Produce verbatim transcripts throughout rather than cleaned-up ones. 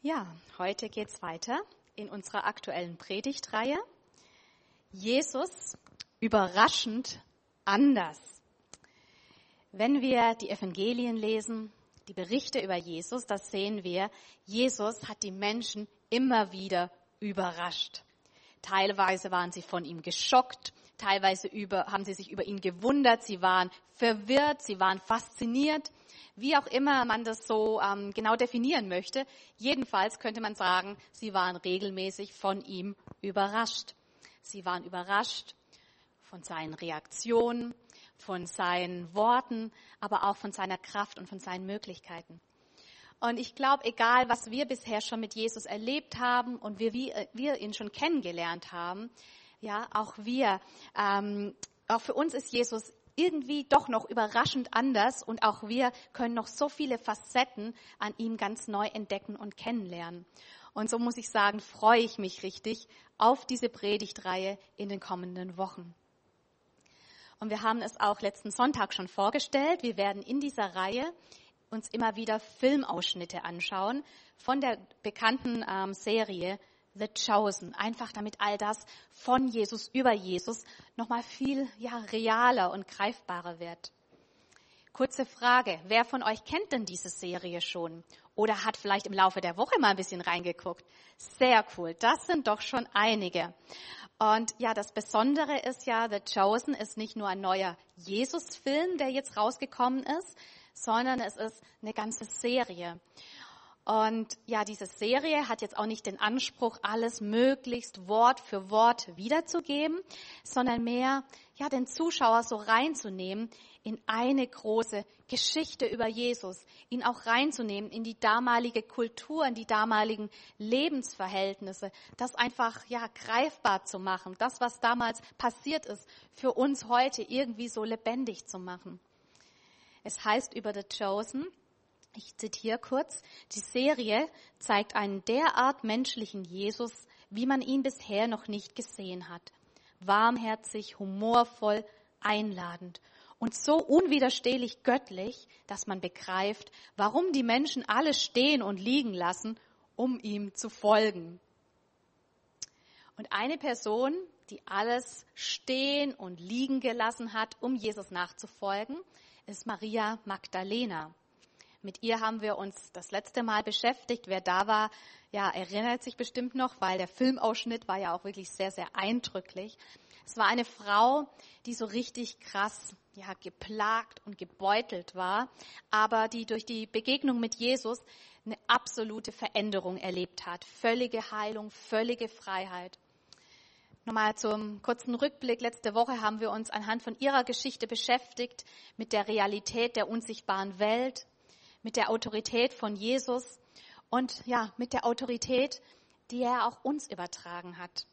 Ja, heute geht's weiter in unserer aktuellen Predigtreihe. Jesus überraschend anders. Wenn wir die Evangelien lesen, die Berichte über Jesus, da sehen wir, Jesus hat die Menschen immer wieder überrascht. Teilweise waren sie von ihm geschockt, teilweise über, haben sie sich über ihn gewundert, sie waren verwirrt, sie waren fasziniert. Wie auch immer man das so ähm, genau definieren möchte, jedenfalls könnte man sagen, sie waren regelmäßig von ihm überrascht. Sie waren überrascht von seinen Reaktionen, von seinen Worten, aber auch von seiner Kraft und von seinen Möglichkeiten. Und ich glaube, egal was wir bisher schon mit Jesus erlebt haben und wir, wie wir ihn schon kennengelernt haben, ja, auch wir, ähm, auch für uns ist Jesus irgendwie doch noch überraschend anders und auch wir können noch so viele Facetten an ihm ganz neu entdecken und kennenlernen. Und so muss ich sagen, freue ich mich richtig auf diese Predigtreihe in den kommenden Wochen. Und wir haben es auch letzten Sonntag schon vorgestellt. Wir werden in dieser Reihe uns immer wieder Filmausschnitte anschauen von der bekannten ähm, Serie The Chosen, einfach damit all das von Jesus, über Jesus, nochmal viel ja, realer und greifbarer wird. Kurze Frage, wer von euch kennt denn diese Serie schon? Oder hat vielleicht im Laufe der Woche mal ein bisschen reingeguckt? Sehr cool, das sind doch schon einige. Und ja, das Besondere ist ja, The Chosen ist nicht nur ein neuer Jesus-Film, der jetzt rausgekommen ist, sondern es ist eine ganze Serie. Und ja, diese Serie hat jetzt auch nicht den Anspruch, alles möglichst Wort für Wort wiederzugeben, sondern mehr, ja, den Zuschauer so reinzunehmen in eine große Geschichte über Jesus, ihn auch reinzunehmen in die damalige Kultur, in die damaligen Lebensverhältnisse, das einfach, ja, greifbar zu machen, das, was damals passiert ist, für uns heute irgendwie so lebendig zu machen. Es heißt über The Chosen, ich zitiere kurz, die Serie zeigt einen derart menschlichen Jesus, wie man ihn bisher noch nicht gesehen hat. Warmherzig, humorvoll, einladend und so unwiderstehlich göttlich, dass man begreift, warum die Menschen alles stehen und liegen lassen, um ihm zu folgen. Und eine Person, die alles stehen und liegen gelassen hat, um Jesus nachzufolgen, ist Maria Magdalena. Mit ihr haben wir uns das letzte Mal beschäftigt. Wer da war, ja, erinnert sich bestimmt noch, weil der Filmausschnitt war ja auch wirklich sehr, sehr eindrücklich. Es war eine Frau, die so richtig krass, ja, geplagt und gebeutelt war, aber die durch die Begegnung mit Jesus eine absolute Veränderung erlebt hat. Völlige Heilung, völlige Freiheit. Nochmal zum kurzen Rückblick. Letzte Woche haben wir uns anhand von ihrer Geschichte beschäftigt mit der Realität der unsichtbaren Welt, mit der Autorität von Jesus und ja, mit der Autorität, die er auch uns übertragen hat.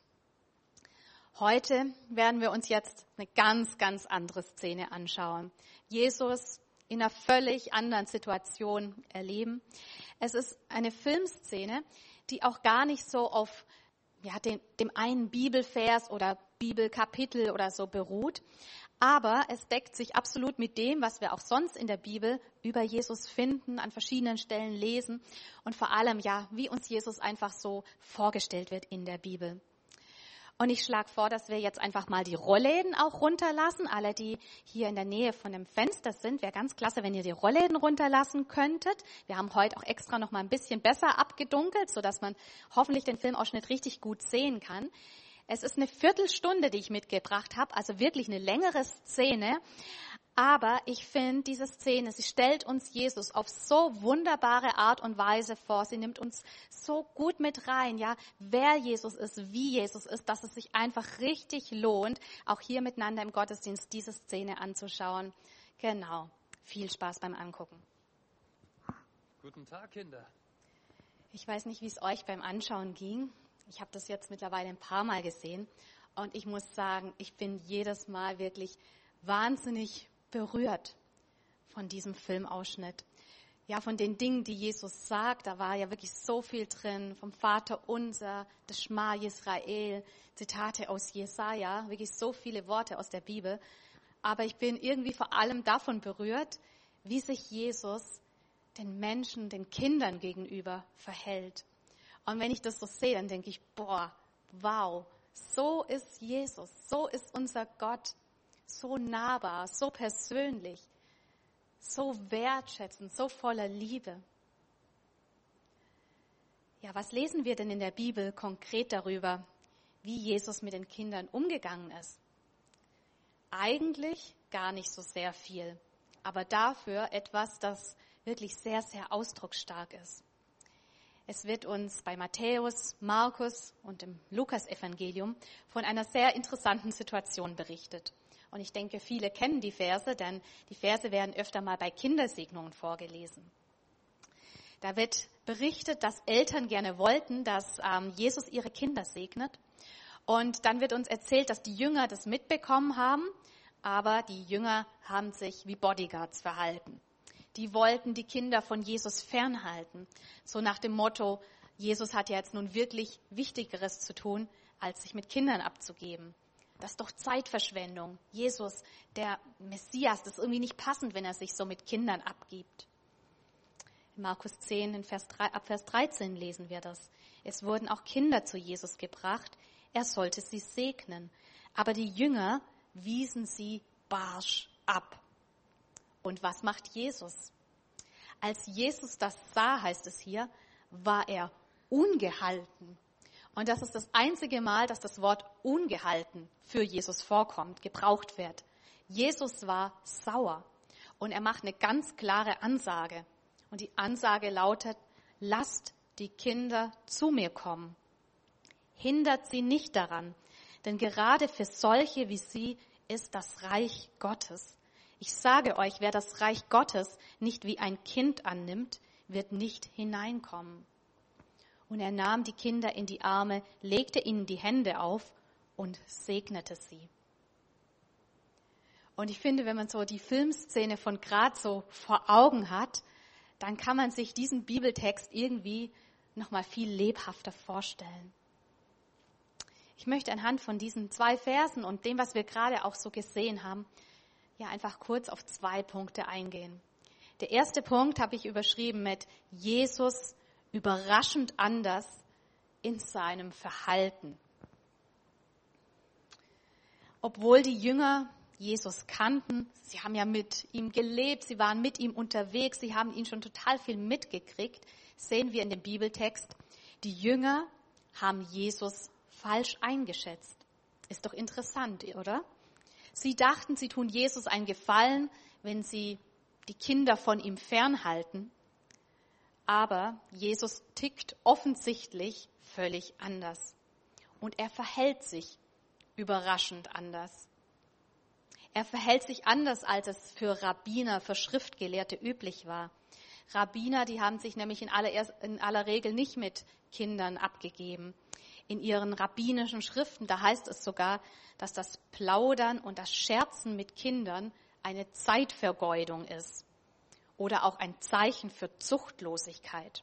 Heute werden wir uns jetzt eine ganz, ganz andere Szene anschauen. Jesus in einer völlig anderen Situation erleben. Es ist eine Filmszene, die auch gar nicht so auf ja, den, dem einen Bibelvers oder Bibelkapitel oder so beruht, aber es deckt sich absolut mit dem, was wir auch sonst in der Bibel über Jesus finden, an verschiedenen Stellen lesen und vor allem, ja, wie uns Jesus einfach so vorgestellt wird in der Bibel. Und ich schlage vor, dass wir jetzt einfach mal die Rollläden auch runterlassen. Alle, die hier in der Nähe von dem Fenster sind, wäre ganz klasse, wenn ihr die Rollläden runterlassen könntet. Wir haben heute auch extra noch mal ein bisschen besser abgedunkelt, sodass man hoffentlich den Filmausschnitt richtig gut sehen kann. Es ist eine Viertelstunde, die ich mitgebracht habe, also wirklich eine längere Szene. Aber ich finde, diese Szene, sie stellt uns Jesus auf so wunderbare Art und Weise vor. Sie nimmt uns so gut mit rein, ja, wer Jesus ist, wie Jesus ist, dass es sich einfach richtig lohnt, auch hier miteinander im Gottesdienst diese Szene anzuschauen. Genau. Viel Spaß beim Angucken. Guten Tag, Kinder. Ich weiß nicht, wie es euch beim Anschauen ging. Ich habe das jetzt mittlerweile ein paar Mal gesehen und ich muss sagen, ich bin jedes Mal wirklich wahnsinnig berührt von diesem Filmausschnitt. Ja, von den Dingen, die Jesus sagt, da war ja wirklich so viel drin, vom Vater unser, das Schma Israel, Zitate aus Jesaja, wirklich so viele Worte aus der Bibel. Aber ich bin irgendwie vor allem davon berührt, wie sich Jesus den Menschen, den Kindern gegenüber verhält. Und wenn ich das so sehe, dann denke ich, boah, wow, so ist Jesus, so ist unser Gott, so nahbar, so persönlich, so wertschätzend, so voller Liebe. Ja, was lesen wir denn in der Bibel konkret darüber, wie Jesus mit den Kindern umgegangen ist? Eigentlich gar nicht so sehr viel, aber dafür etwas, das wirklich sehr, sehr ausdrucksstark ist. Es wird uns bei Matthäus, Markus und im Lukas-Evangelium von einer sehr interessanten Situation berichtet. Und ich denke, viele kennen die Verse, denn die Verse werden öfter mal bei Kindersegnungen vorgelesen. Da wird berichtet, dass Eltern gerne wollten, dass ähm, Jesus ihre Kinder segnet. Und dann wird uns erzählt, dass die Jünger das mitbekommen haben, aber die Jünger haben sich wie Bodyguards verhalten. Die wollten die Kinder von Jesus fernhalten. So nach dem Motto, Jesus hat ja jetzt nun wirklich Wichtigeres zu tun, als sich mit Kindern abzugeben. Das ist doch Zeitverschwendung. Jesus, der Messias, das ist irgendwie nicht passend, wenn er sich so mit Kindern abgibt. In Markus zehn, in Vers drei, ab Vers dreizehn lesen wir das. Es wurden auch Kinder zu Jesus gebracht. Er sollte sie segnen. Aber die Jünger wiesen sie barsch ab. Und was macht Jesus? Als Jesus das sah, heißt es hier, war er ungehalten. Und das ist das einzige Mal, dass das Wort ungehalten für Jesus vorkommt, gebraucht wird. Jesus war sauer und er macht eine ganz klare Ansage. Und die Ansage lautet, lasst die Kinder zu mir kommen. Hindert sie nicht daran, denn gerade für solche wie sie ist das Reich Gottes. Ich sage euch, wer das Reich Gottes nicht wie ein Kind annimmt, wird nicht hineinkommen. Und er nahm die Kinder in die Arme, legte ihnen die Hände auf und segnete sie. Und ich finde, wenn man so die Filmszene von gerade so vor Augen hat, dann kann man sich diesen Bibeltext irgendwie noch mal viel lebhafter vorstellen. Ich möchte anhand von diesen zwei Versen und dem, was wir gerade auch so gesehen haben, ja einfach kurz auf zwei Punkte eingehen. Der erste Punkt habe ich überschrieben mit Jesus überraschend anders in seinem Verhalten. Obwohl die Jünger Jesus kannten, sie haben ja mit ihm gelebt, sie waren mit ihm unterwegs, sie haben ihn schon total viel mitgekriegt, sehen wir in dem Bibeltext, die Jünger haben Jesus falsch eingeschätzt. Ist doch interessant, oder? Sie dachten, sie tun Jesus einen Gefallen, wenn sie die Kinder von ihm fernhalten. Aber Jesus tickt offensichtlich völlig anders. Und er verhält sich überraschend anders. Er verhält sich anders, als es für Rabbiner, für Schriftgelehrte üblich war. Rabbiner, die haben sich nämlich in aller, in aller Regel nicht mit Kindern abgegeben. In ihren rabbinischen Schriften, da heißt es sogar, dass das Plaudern und das Scherzen mit Kindern eine Zeitvergeudung ist oder auch ein Zeichen für Zuchtlosigkeit.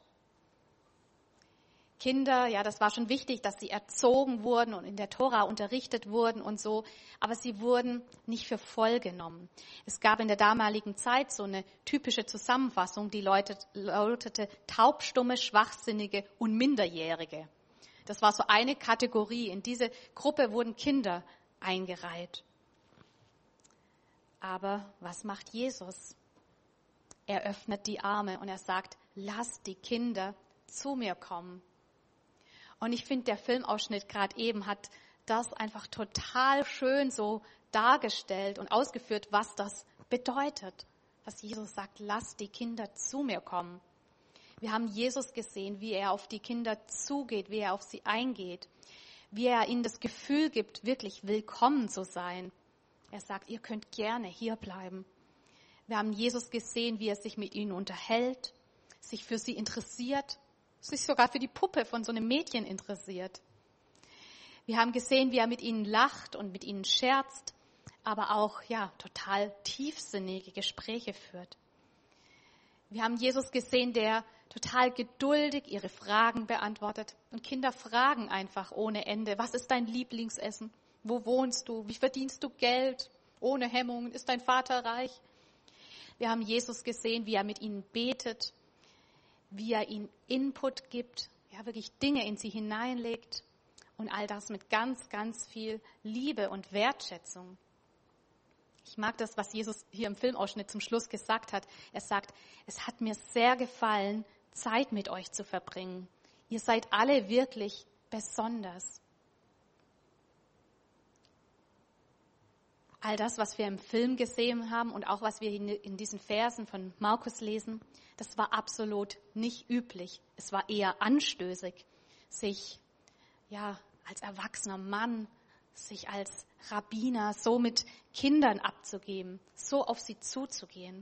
Kinder, ja, das war schon wichtig, dass sie erzogen wurden und in der Tora unterrichtet wurden und so, aber sie wurden nicht für voll genommen. Es gab in der damaligen Zeit so eine typische Zusammenfassung, die lautete taubstumme, schwachsinnige und Minderjährige. Das war so eine Kategorie. In diese Gruppe wurden Kinder eingereiht. Aber was macht Jesus? Er öffnet die Arme und er sagt, lasst die Kinder zu mir kommen. Und ich finde, der Filmausschnitt gerade eben hat das einfach total schön so dargestellt und ausgeführt, was das bedeutet. Was Jesus sagt, lasst die Kinder zu mir kommen. Wir haben Jesus gesehen, wie er auf die Kinder zugeht, wie er auf sie eingeht, wie er ihnen das Gefühl gibt, wirklich willkommen zu sein. Er sagt, ihr könnt gerne hier bleiben. Wir haben Jesus gesehen, wie er sich mit ihnen unterhält, sich für sie interessiert, sich sogar für die Puppe von so einem Mädchen interessiert. Wir haben gesehen, wie er mit ihnen lacht und mit ihnen scherzt, aber auch ja total tiefsinnige Gespräche führt. Wir haben Jesus gesehen, der total geduldig ihre Fragen beantwortet. Und Kinder fragen einfach ohne Ende, was ist dein Lieblingsessen? Wo wohnst du? Wie verdienst du Geld? Ohne Hemmungen. Ist dein Vater reich? Wir haben Jesus gesehen, wie er mit ihnen betet, wie er ihnen Input gibt, ja wirklich Dinge in sie hineinlegt und all das mit ganz, ganz viel Liebe und Wertschätzung. Ich mag das, was Jesus hier im Filmausschnitt zum Schluss gesagt hat. Er sagt, es hat mir sehr gefallen, Zeit mit euch zu verbringen. Ihr seid alle wirklich besonders. All das, was wir im Film gesehen haben und auch was wir in diesen Versen von Markus lesen, das war absolut nicht üblich. Es war eher anstößig, sich ja als erwachsener Mann, sich als Rabbiner so mit Kindern abzugeben, so auf sie zuzugehen.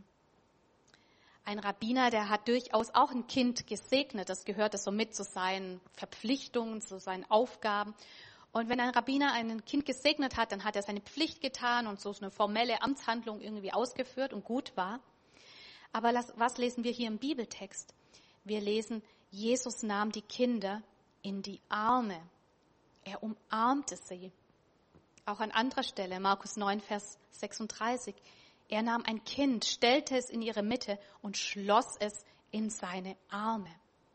Ein Rabbiner, der hat durchaus auch ein Kind gesegnet. Das gehörte so mit zu seinen Verpflichtungen, zu seinen Aufgaben. Und wenn ein Rabbiner ein Kind gesegnet hat, dann hat er seine Pflicht getan und so eine formelle Amtshandlung irgendwie ausgeführt und gut war. Aber was lesen wir hier im Bibeltext? Wir lesen, Jesus nahm die Kinder in die Arme. Er umarmte sie. Auch an anderer Stelle, Markus neun, Vers sechsunddreißig. Er nahm ein Kind, stellte es in ihre Mitte und schloss es in seine Arme.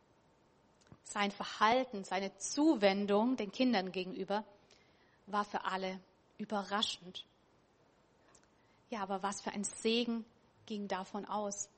Sein Verhalten, seine Zuwendung den Kindern gegenüber war für alle überraschend. Ja, aber was für ein Segen ging davon aus?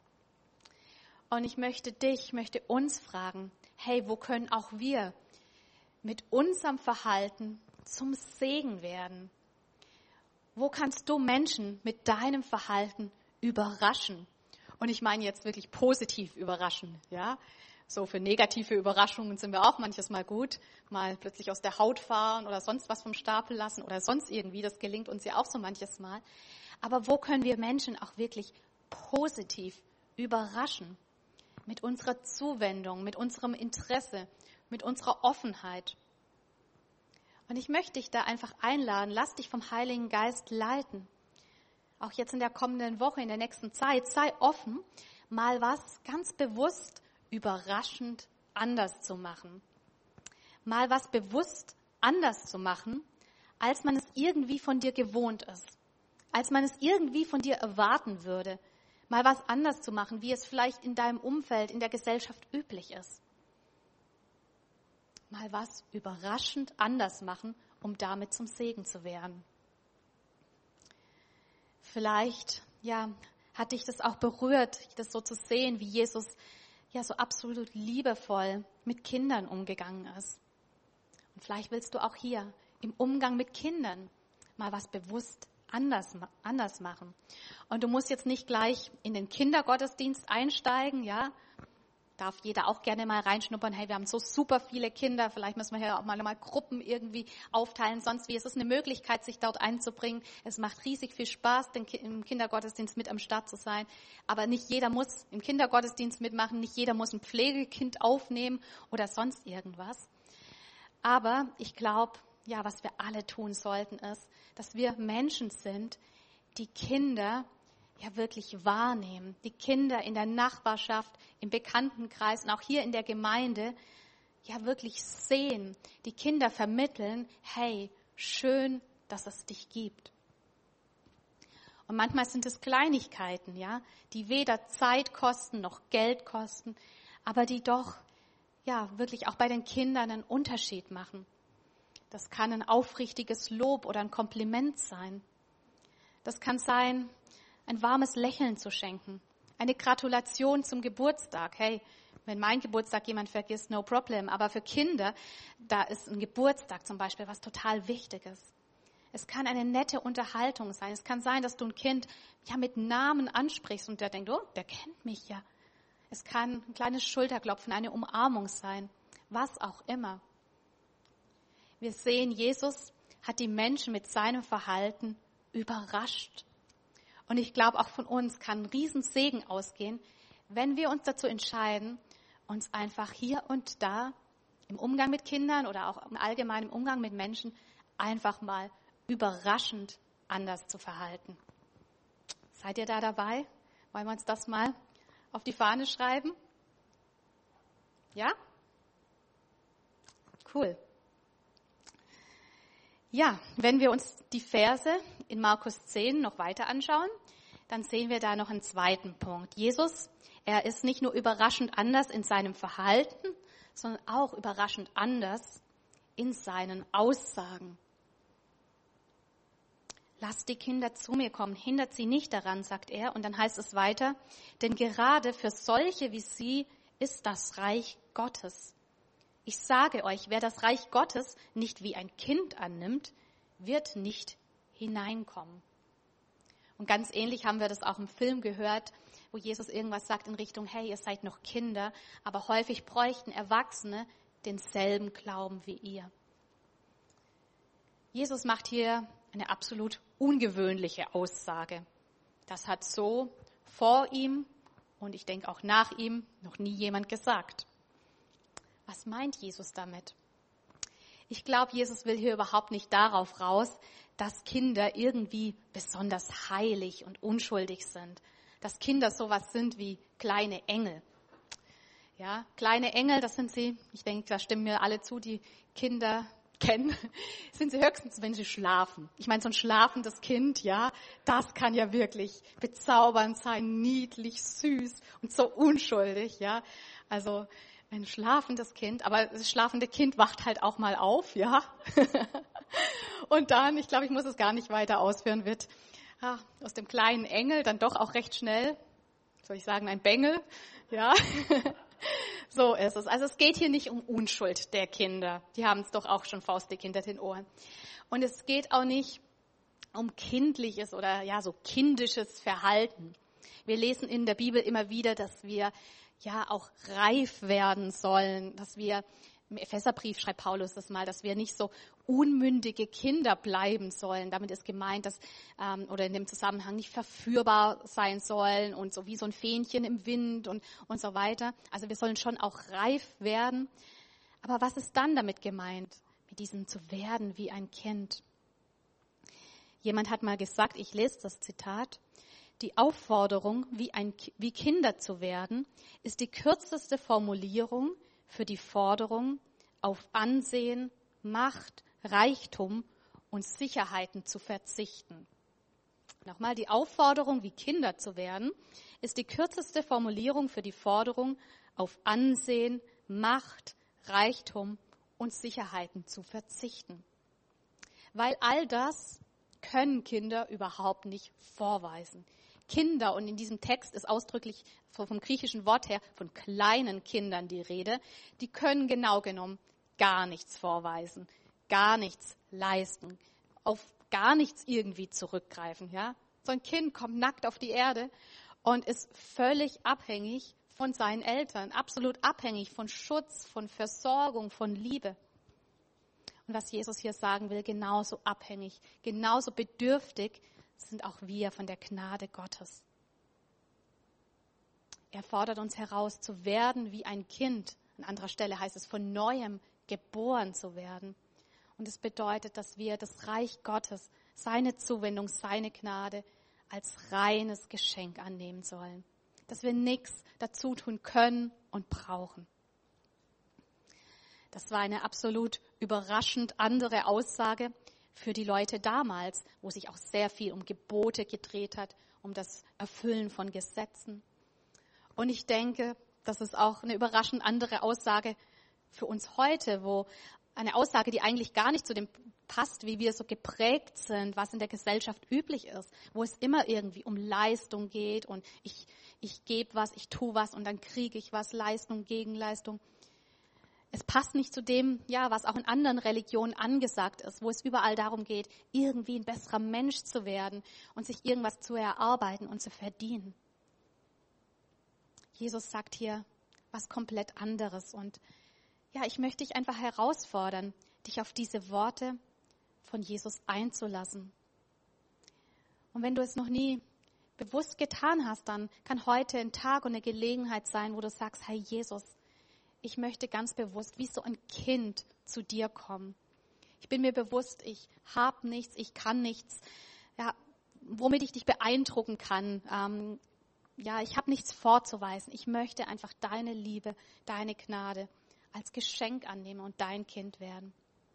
Und ich möchte dich, möchte uns fragen, hey, wo können auch wir mit unserem Verhalten zum Segen werden? Wo kannst du Menschen mit deinem Verhalten überraschen? Und ich meine jetzt wirklich positiv überraschen, ja? So für negative Überraschungen sind wir auch manches Mal gut. Mal plötzlich aus der Haut fahren oder sonst was vom Stapel lassen oder sonst irgendwie. Das gelingt uns ja auch so manches Mal. Aber wo können wir Menschen auch wirklich positiv überraschen? Mit unserer Zuwendung, mit unserem Interesse, mit unserer Offenheit. Und ich möchte dich da einfach einladen, lass dich vom Heiligen Geist leiten. Auch jetzt in der kommenden Woche, in der nächsten Zeit, sei offen, mal was ganz bewusst überraschend anders zu machen. Mal was bewusst anders zu machen, als man es irgendwie von dir gewohnt ist. Als man es irgendwie von dir erwarten würde. Mal was anders zu machen, wie es vielleicht in deinem Umfeld, in der Gesellschaft üblich ist. Mal was überraschend anders machen, um damit zum Segen zu werden. Vielleicht, ja, hat dich das auch berührt, das so zu sehen, wie Jesus ja so absolut liebevoll mit Kindern umgegangen ist. Und vielleicht willst du auch hier im Umgang mit Kindern mal was bewusst anders, anders machen. Und du musst jetzt nicht gleich in den Kindergottesdienst einsteigen, ja. Darf jeder auch gerne mal reinschnuppern, hey, wir haben so super viele Kinder, vielleicht müssen wir hier auch mal, mal Gruppen irgendwie aufteilen, sonst wie. Es ist eine Möglichkeit, sich dort einzubringen. Es macht riesig viel Spaß, den, im Kindergottesdienst mit am Start zu sein. Aber nicht jeder muss im Kindergottesdienst mitmachen, nicht jeder muss ein Pflegekind aufnehmen oder sonst irgendwas. Aber ich glaube, ja, was wir alle tun sollten, ist, dass wir Menschen sind, die Kinder ja wirklich wahrnehmen. Die Kinder in der Nachbarschaft, im Bekanntenkreis und auch hier in der Gemeinde ja wirklich sehen. Die Kinder vermitteln, hey, schön, dass es dich gibt. Und manchmal sind es Kleinigkeiten, ja, die weder Zeit kosten noch Geld kosten, aber die doch ja wirklich auch bei den Kindern einen Unterschied machen. Das kann ein aufrichtiges Lob oder ein Kompliment sein. Das kann sein, ein warmes Lächeln zu schenken, eine Gratulation zum Geburtstag. Hey, wenn mein Geburtstag jemand vergisst, no problem. Aber für Kinder, da ist ein Geburtstag zum Beispiel was total Wichtiges. Es kann eine nette Unterhaltung sein. Es kann sein, dass du ein Kind ja mit Namen ansprichst und der denkt, oh, der kennt mich ja. Es kann ein kleines Schulterklopfen, eine Umarmung sein, was auch immer. Wir sehen, Jesus hat die Menschen mit seinem Verhalten überrascht. Und ich glaube, auch von uns kann ein Riesensegen ausgehen, wenn wir uns dazu entscheiden, uns einfach hier und da im Umgang mit Kindern oder auch im allgemeinen Umgang mit Menschen einfach mal überraschend anders zu verhalten. Seid ihr da dabei? Wollen wir uns das mal auf die Fahne schreiben? Ja? Cool. Ja, wenn wir uns die Verse in Markus zehn noch weiter anschauen, dann sehen wir da noch einen zweiten Punkt. Jesus, er ist nicht nur überraschend anders in seinem Verhalten, sondern auch überraschend anders in seinen Aussagen. Lasst die Kinder zu mir kommen, hindert sie nicht daran, sagt er. Und dann heißt es weiter, denn gerade für solche wie sie ist das Reich Gottes. Ich sage euch, wer das Reich Gottes nicht wie ein Kind annimmt, wird nicht hineinkommen. Und ganz ähnlich haben wir das auch im Film gehört, wo Jesus irgendwas sagt in Richtung, hey, ihr seid noch Kinder, aber häufig bräuchten Erwachsene denselben Glauben wie ihr. Jesus macht hier eine absolut ungewöhnliche Aussage. Das hat so vor ihm und ich denke auch nach ihm noch nie jemand gesagt. Was meint Jesus damit? Ich glaube, Jesus will hier überhaupt nicht darauf raus, dass Kinder irgendwie besonders heilig und unschuldig sind. Dass Kinder sowas sind wie kleine Engel. Ja, kleine Engel, das sind sie, ich denke, da stimmen mir alle zu, die Kinder kennen, sind sie höchstens, wenn sie schlafen. Ich meine, so ein schlafendes Kind, ja, das kann ja wirklich bezaubernd sein, niedlich, süß und so unschuldig, ja. Also ein schlafendes Kind, aber das schlafende Kind wacht halt auch mal auf, ja. Und dann, ich glaube, ich muss es gar nicht weiter ausführen, wird ja, aus dem kleinen Engel dann doch auch recht schnell, soll ich sagen, ein Bengel, ja. So ist es. Also es geht hier nicht um Unschuld der Kinder. Die haben es doch auch schon faustdick hinter den Ohren. Und es geht auch nicht um kindliches oder ja so kindisches Verhalten. Wir lesen in der Bibel immer wieder, dass wir ja auch reif werden sollen, dass wir, im Epheserbrief schreibt Paulus das mal, dass wir nicht so unmündige Kinder bleiben sollen. Damit ist gemeint, dass, ähm, oder in dem Zusammenhang nicht verführbar sein sollen und so wie so ein Fähnchen im Wind und, und so weiter. Also wir sollen schon auch reif werden. Aber was ist dann damit gemeint, mit diesem zu werden wie ein Kind? Jemand hat mal gesagt, ich lese das Zitat, die Aufforderung, wie, ein, wie Kinder zu werden, ist die kürzeste Formulierung für die Forderung, auf Ansehen, Macht, Reichtum und Sicherheiten zu verzichten. Nochmal, die Aufforderung, wie Kinder zu werden, ist die kürzeste Formulierung für die Forderung, auf Ansehen, Macht, Reichtum und Sicherheiten zu verzichten. Weil all das können Kinder überhaupt nicht vorweisen. Kinder, und in diesem Text ist ausdrücklich vom griechischen Wort her von kleinen Kindern die Rede, die können genau genommen gar nichts vorweisen, gar nichts leisten, auf gar nichts irgendwie zurückgreifen. Ja? So ein Kind kommt nackt auf die Erde und ist völlig abhängig von seinen Eltern, absolut abhängig von Schutz, von Versorgung, von Liebe. Und was Jesus hier sagen will, genauso abhängig, genauso bedürftig sind auch wir von der Gnade Gottes. Er fordert uns heraus, zu werden wie ein Kind. An anderer Stelle heißt es, von Neuem geboren zu werden. Und es bedeutet, dass wir das Reich Gottes, seine Zuwendung, seine Gnade als reines Geschenk annehmen sollen. Dass wir nichts dazu tun können und brauchen. Das war eine absolut überraschend andere Aussage für die Leute damals, wo sich auch sehr viel um Gebote gedreht hat, um das Erfüllen von Gesetzen. Und ich denke, das ist auch eine überraschend andere Aussage für uns heute, wo eine Aussage, die eigentlich gar nicht zu dem passt, wie wir so geprägt sind, was in der Gesellschaft üblich ist, wo es immer irgendwie um Leistung geht und ich, ich gebe was, ich tue was und dann kriege ich was, Leistung, Gegenleistung. Es passt nicht zu dem, ja, was auch in anderen Religionen angesagt ist, wo es überall darum geht, irgendwie ein besserer Mensch zu werden und sich irgendwas zu erarbeiten und zu verdienen. Jesus sagt hier was komplett anderes und ja, ich möchte dich einfach herausfordern, dich auf diese Worte von Jesus einzulassen. Und wenn du es noch nie bewusst getan hast, dann kann heute ein Tag und eine Gelegenheit sein, wo du sagst, hey Jesus, ich möchte ganz bewusst wie so ein Kind zu dir kommen. Ich bin mir bewusst, ich habe nichts, ich kann nichts, ja, womit ich dich beeindrucken kann. Ähm, ja, ich habe nichts vorzuweisen. Ich möchte einfach deine Liebe, deine Gnade als Geschenk annehmen und dein Kind werden.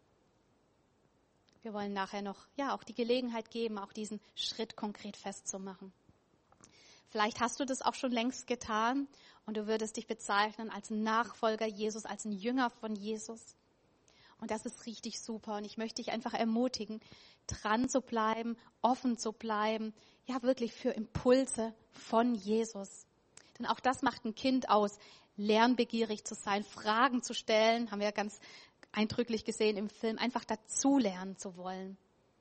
Wir wollen nachher noch, ja, auch die Gelegenheit geben, auch diesen Schritt konkret festzumachen. Vielleicht hast du das auch schon längst getan und du würdest dich bezeichnen als Nachfolger Jesus, als ein Jünger von Jesus. Und das ist richtig super. Und ich möchte dich einfach ermutigen, dran zu bleiben, offen zu bleiben, ja wirklich für Impulse von Jesus. Denn auch das macht ein Kind aus, lernbegierig zu sein, Fragen zu stellen, haben wir ja ganz eindrücklich gesehen im Film, einfach dazulernen zu wollen.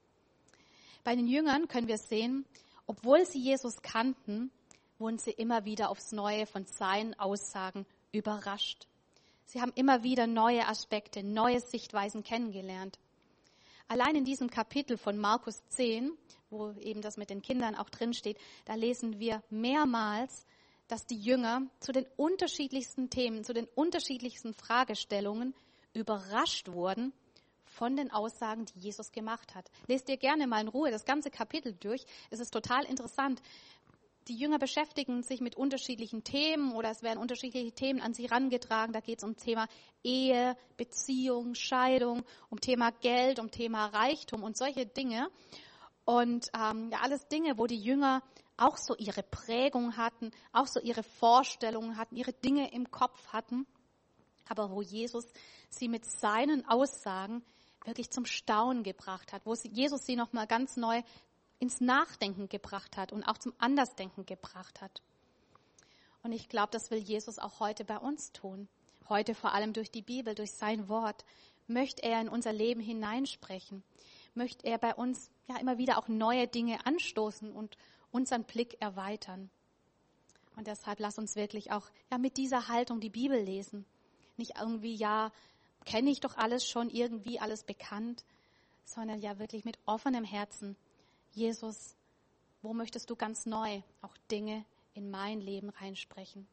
Bei den Jüngern können wir sehen, obwohl sie Jesus kannten, wurden sie immer wieder aufs Neue von seinen Aussagen überrascht. Sie haben immer wieder neue Aspekte, neue Sichtweisen kennengelernt. Allein in diesem Kapitel von Markus zehn, wo eben das mit den Kindern auch drinsteht, da lesen wir mehrmals, dass die Jünger zu den unterschiedlichsten Themen, zu den unterschiedlichsten Fragestellungen überrascht wurden von den Aussagen, die Jesus gemacht hat. Lest dir gerne mal in Ruhe das ganze Kapitel durch. Es ist total interessant. Die Jünger beschäftigen sich mit unterschiedlichen Themen oder es werden unterschiedliche Themen an sie herangetragen. Da geht es um Thema Ehe, Beziehung, Scheidung, um Thema Geld, um Thema Reichtum und solche Dinge. Und ähm, ja, alles Dinge, wo die Jünger auch so ihre Prägung hatten, auch so ihre Vorstellungen hatten, ihre Dinge im Kopf hatten. Aber wo Jesus sie mit seinen Aussagen wirklich zum Staunen gebracht hat, wo Jesus sie nochmal ganz neu ins Nachdenken gebracht hat und auch zum Andersdenken gebracht hat. Und ich glaube, das will Jesus auch heute bei uns tun. Heute vor allem durch die Bibel, durch sein Wort, möchte er in unser Leben hineinsprechen. Möchte er bei uns ja immer wieder auch neue Dinge anstoßen und unseren Blick erweitern. Und deshalb lass uns wirklich auch ja mit dieser Haltung die Bibel lesen. Nicht irgendwie, ja, kenne ich doch alles schon, irgendwie alles bekannt, sondern ja wirklich mit offenem Herzen. Jesus, wo möchtest du ganz neu auch Dinge in mein Leben reinsprechen?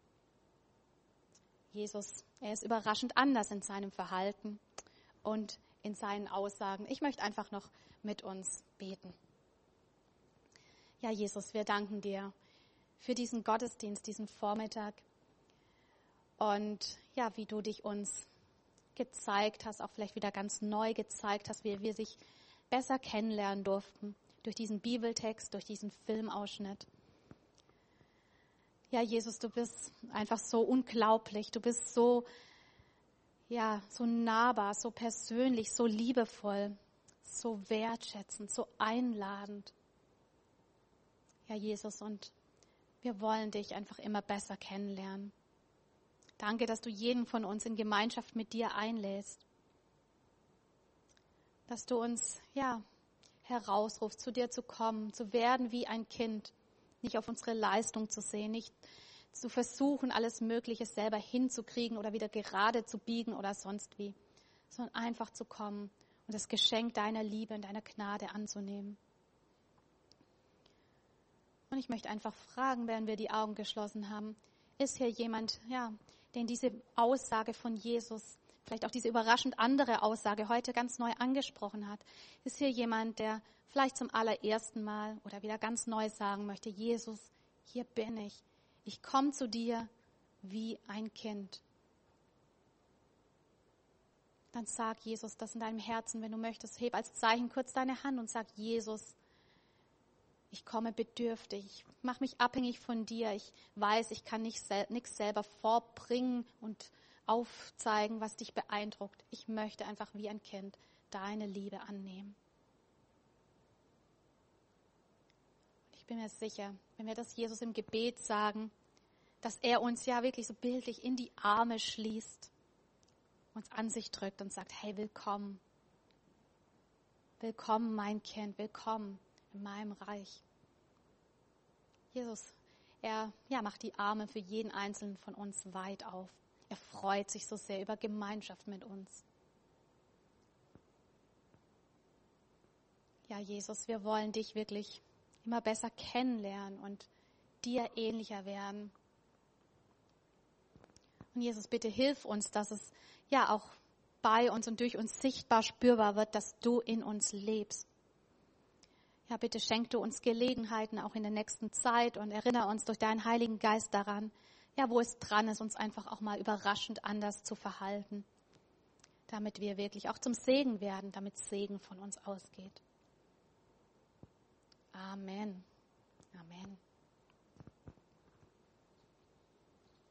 Jesus, er ist überraschend anders in seinem Verhalten und in seinen Aussagen. Ich möchte einfach noch mit uns beten. Ja, Jesus, wir danken dir für diesen Gottesdienst, diesen Vormittag und ja, wie du dich uns gezeigt hast, auch vielleicht wieder ganz neu gezeigt hast, wie wir sich besser kennenlernen durften. Durch diesen Bibeltext, durch diesen Filmausschnitt. Ja, Jesus, du bist einfach so unglaublich. Du bist so, ja, so nahbar, so persönlich, so liebevoll, so wertschätzend, so einladend. Ja, Jesus, und wir wollen dich einfach immer besser kennenlernen. Danke, dass du jeden von uns in Gemeinschaft mit dir einlädst. Dass du uns, ja, herausruft, zu dir zu kommen, zu werden wie ein Kind, nicht auf unsere Leistung zu sehen, nicht zu versuchen, alles Mögliche selber hinzukriegen oder wieder gerade zu biegen oder sonst wie, sondern einfach zu kommen und das Geschenk deiner Liebe und deiner Gnade anzunehmen. Und ich möchte einfach fragen, während wir die Augen geschlossen haben, ist hier jemand, ja, den diese Aussage von Jesus, vielleicht auch diese überraschend andere Aussage heute ganz neu angesprochen hat. Ist hier jemand, der vielleicht zum allerersten Mal oder wieder ganz neu sagen möchte, Jesus, hier bin ich. Ich komme zu dir wie ein Kind. Dann sag Jesus das in deinem Herzen, wenn du möchtest. Heb als Zeichen kurz deine Hand und sag, Jesus, ich komme bedürftig. Ich mache mich abhängig von dir. Ich weiß, ich kann nicht sel- nichts selber vorbringen und aufzeigen, was dich beeindruckt. Ich möchte einfach wie ein Kind deine Liebe annehmen. Ich bin mir sicher, wenn wir das Jesus im Gebet sagen, dass er uns ja wirklich so bildlich in die Arme schließt, uns an sich drückt und sagt, hey, willkommen. Willkommen, mein Kind, willkommen in meinem Reich. Jesus, er ja, macht die Arme für jeden Einzelnen von uns weit auf. Er freut sich so sehr über Gemeinschaft mit uns. Ja, Jesus, wir wollen dich wirklich immer besser kennenlernen und dir ähnlicher werden. Und Jesus, bitte hilf uns, dass es ja auch bei uns und durch uns sichtbar spürbar wird, dass du in uns lebst. Ja, bitte schenk du uns Gelegenheiten auch in der nächsten Zeit und erinnere uns durch deinen Heiligen Geist daran, ja, wo es dran ist, uns einfach auch mal überraschend anders zu verhalten, damit wir wirklich auch zum Segen werden, damit Segen von uns ausgeht. Amen. Amen.